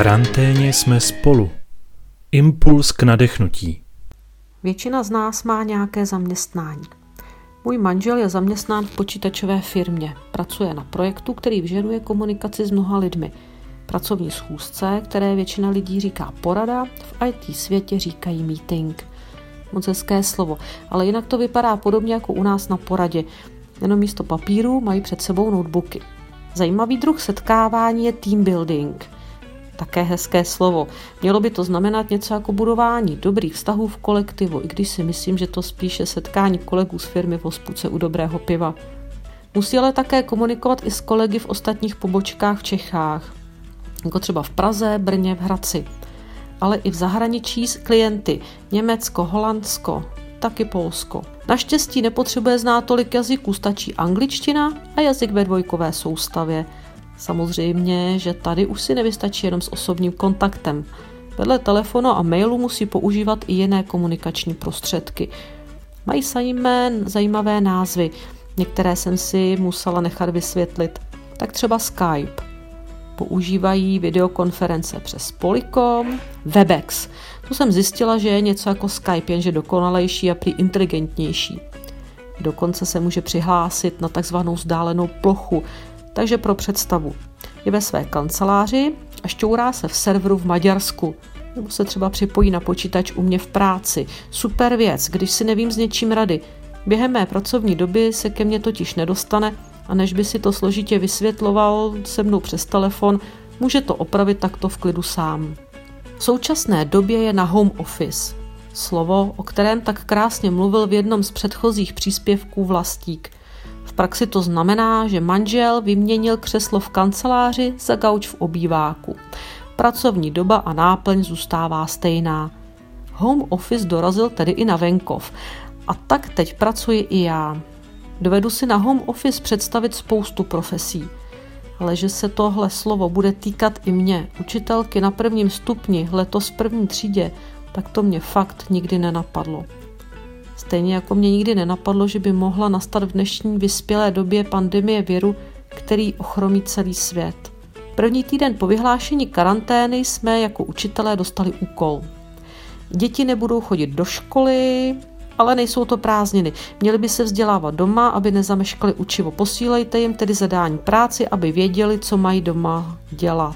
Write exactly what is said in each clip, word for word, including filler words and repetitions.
karanténě jsme spolu. Impuls k nadechnutí. Většina z nás má nějaké zaměstnání. Můj manžel je zaměstnán v počítačové firmě. Pracuje na projektu, který vyžaduje komunikaci s mnoha lidmi. Pracovní schůzce, které většina lidí říká porada, v í té světě říkají meeting. Moc hezké slovo, ale jinak to vypadá podobně jako u nás na poradě. Jenom místo papíru mají před sebou notebooky. Zajímavý druh setkávání je team building. Také hezké slovo. Mělo by to znamenat něco jako budování dobrých vztahů v kolektivu, i když si myslím, že to spíše setkání kolegů z firmy v hospůdce u dobrého piva. Musí ale také komunikovat i s kolegy v ostatních pobočkách v Čechách, jako třeba v Praze, Brně, v Hradci, ale i v zahraničí s klienty Německo, Holandsko, taky Polsko. Naštěstí nepotřebuje znát tolik jazyků, stačí angličtina a jazyk ve dvojkové soustavě. Samozřejmě, že tady už si nevystačí jenom s osobním kontaktem. Vedle telefonu a mailu musí používat i jiné komunikační prostředky. Mají samé zajímavé názvy, některé jsem si musela nechat vysvětlit. Tak třeba Skype. Používají videokonference přes Polycom, Webex. To jsem zjistila, že je něco jako Skype, jenže dokonalejší a prý inteligentnější. Dokonce se může přihlásit na takzvanou vzdálenou plochu, takže pro představu. Je ve své kanceláři a šťourá se v serveru v Maďarsku. Nebo se třeba připojí na počítač u mě v práci. Super věc, když si nevím s něčím rady. Během mé pracovní doby se ke mně totiž nedostane a než by si to složitě vysvětloval se mnou přes telefon, může to opravit takto v klidu sám. V současné době je na home office. Slovo, o kterém tak krásně mluvil v jednom z předchozích příspěvků Vlastík. V praxi to znamená, že manžel vyměnil křeslo v kanceláři za gauč v obýváku. Pracovní doba a náplň zůstává stejná. Home office dorazil tedy i na venkov. A tak teď pracuji i já. Dovedu si na home office představit spoustu profesí. Ale že se tohle slovo bude týkat i mě, učitelky na prvním stupni, letos v první třídě, tak to mě fakt nikdy nenapadlo. Stejně jako mě nikdy nenapadlo, že by mohla nastat v dnešní vyspělé době pandemie viru, který ochromí celý svět. První týden po vyhlášení karantény jsme jako učitelé dostali úkol. Děti nebudou chodit do školy, ale nejsou to prázdniny. Měli by se vzdělávat doma, aby nezameškali učivo. Posílejte jim tedy zadání práci, aby věděli, co mají doma dělat.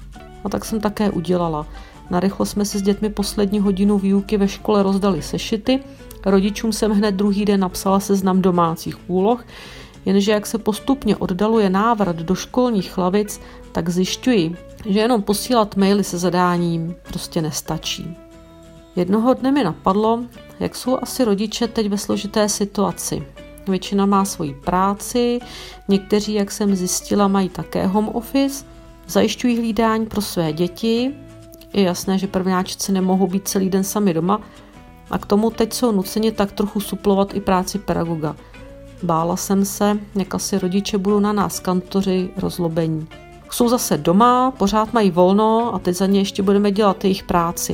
A tak jsem také udělala. Narychlo jsme si s dětmi poslední hodinu výuky ve škole rozdali sešity. Rodičům jsem hned druhý den napsala seznam domácích úloh, jenže jak se postupně oddaluje návrat do školních lavic, tak zjišťuji, že jenom posílat maily se zadáním prostě nestačí. Jednoho dne mi napadlo, jak jsou asi rodiče teď ve složité situaci. Většina má svoji práci, někteří, jak jsem zjistila, mají také home office, zajišťují hlídání pro své děti. Je jasné, že prvňáčci nemohou být celý den sami doma a k tomu teď jsou nuceni tak trochu suplovat i práci pedagoga. Bála jsem se, jak asi rodiče budou na nás kantoři rozlobení. Jsou zase doma, pořád mají volno a teď za ně ještě budeme dělat jejich práci.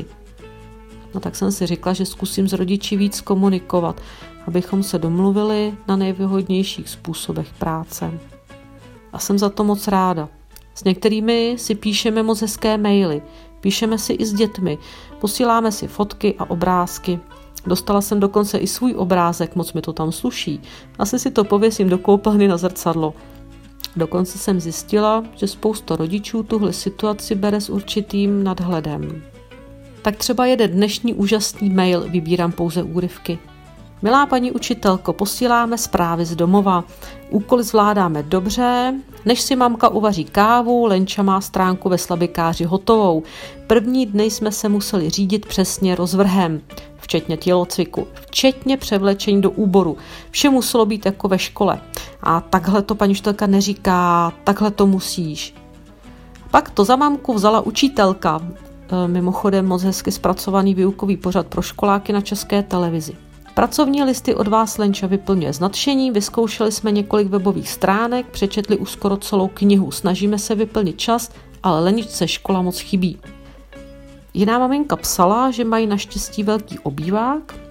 No tak jsem si řekla, že zkusím s rodiči víc komunikovat, abychom se domluvili na nejvýhodnějších způsobech práce. A jsem za to moc ráda. S některými si píšeme moc hezké maily, píšeme si i s dětmi, posíláme si fotky a obrázky. Dostala jsem dokonce i svůj obrázek, moc mi to tam sluší. Asi si to pověsím do koupelny na zrcadlo. Dokonce jsem zjistila, že spousta rodičů tuhle situaci bere s určitým nadhledem. Tak třeba jeden dnešní úžasný mail, vybírám pouze úryvky. Milá paní učitelko, posíláme zprávy z domova. Úkoly zvládáme dobře. Než si mamka uvaří kávu, Lenča má stránku ve slabikáři hotovou. První dny jsme se museli řídit přesně rozvrhem, včetně tělocviku, včetně převlečení do úboru. Vše muselo být jako ve škole. A takhle to paní učitelka neříká, takhle to musíš. Pak to za mamku vzala učitelka, mimochodem moc hezky zpracovaný výukový pořad pro školáky na České televizi. Pracovní listy od vás Lenča vyplňuje s nadšením, vyzkoušeli jsme několik webových stránek, přečetli už skoro celou knihu, snažíme se vyplnit čas, ale Leničce škola moc chybí. Jiná maminka psala, že mají naštěstí velký obývák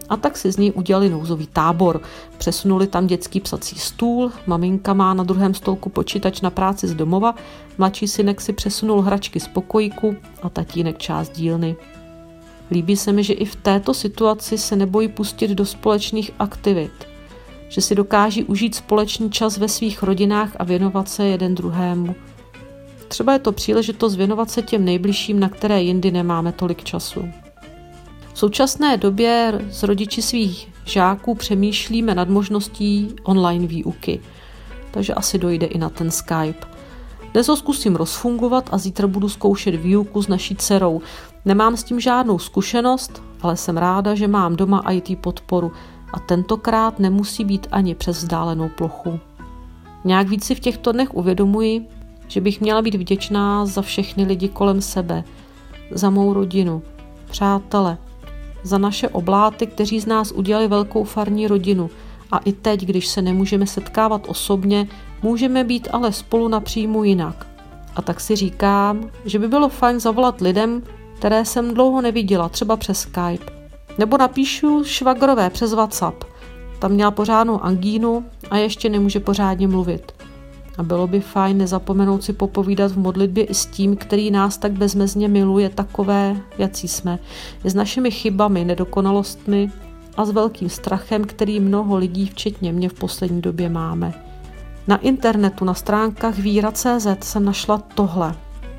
A tak si z něj udělali nouzový tábor. Přesunuli tam dětský psací stůl, maminka má na druhém stolku počítač na práci z domova, mladší synek si přesunul hračky z pokojíku a tatínek část dílny. Líbí se mi, že i v této situaci se nebojí pustit do společných aktivit, že si dokáží užít společný čas ve svých rodinách a věnovat se jeden druhému. Třeba je to příležitost věnovat se těm nejbližším, na které jindy nemáme tolik času. V současné době s rodiči svých žáků přemýšlíme nad možností online výuky, takže asi dojde i na ten Skype. Dnes ho zkusím rozfungovat a zítra budu zkoušet výuku s naší dcerou. Nemám s tím žádnou zkušenost, ale jsem ráda, že mám doma í té podporu a tentokrát nemusí být ani přes vzdálenou plochu. Nějak víc si v těchto dnech uvědomuji, že bych měla být vděčná za všechny lidi kolem sebe, za mou rodinu, přátele, za naše obláty, kteří z nás udělali velkou farní rodinu a i teď, když se nemůžeme setkávat osobně, můžeme být ale spolu napřímo jinak. A tak si říkám, že by bylo fajn zavolat lidem, které jsem dlouho neviděla, třeba přes Skype. Nebo napíšu švagrové přes WhatsApp. Tam měla pořádnou angínu a ještě nemůže pořádně mluvit. A bylo by fajn nezapomenout si popovídat v modlitbě i s tím, který nás tak bezmezně miluje, takové, jací jsme, i s našimi chybami, nedokonalostmi a s velkým strachem, který mnoho lidí, včetně mě, v poslední době máme. Na internetu, na stránkách víra tečka cé zet jsem našla tohle.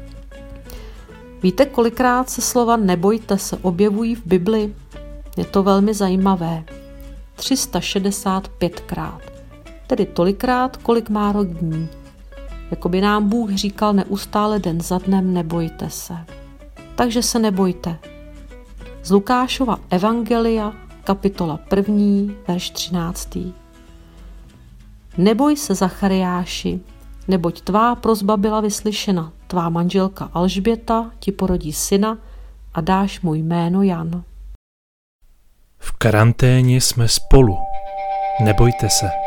Víte, kolikrát se slova nebojte se objevují v Bibli? Je to velmi zajímavé. tři sta šedesát pětkrát. Tedy tolikrát, kolik má rok dní. Jakoby nám Bůh říkal neustále den za dnem nebojte se. Takže se nebojte. Z Lukášova evangelia, kapitola první, verš třináctý. Neboj se, Zachariáši, neboť tvá prosba byla vyslyšena. Tvá manželka Alžběta ti porodí syna a dáš mu jméno Jan. V karanténě jsme spolu. Nebojte se.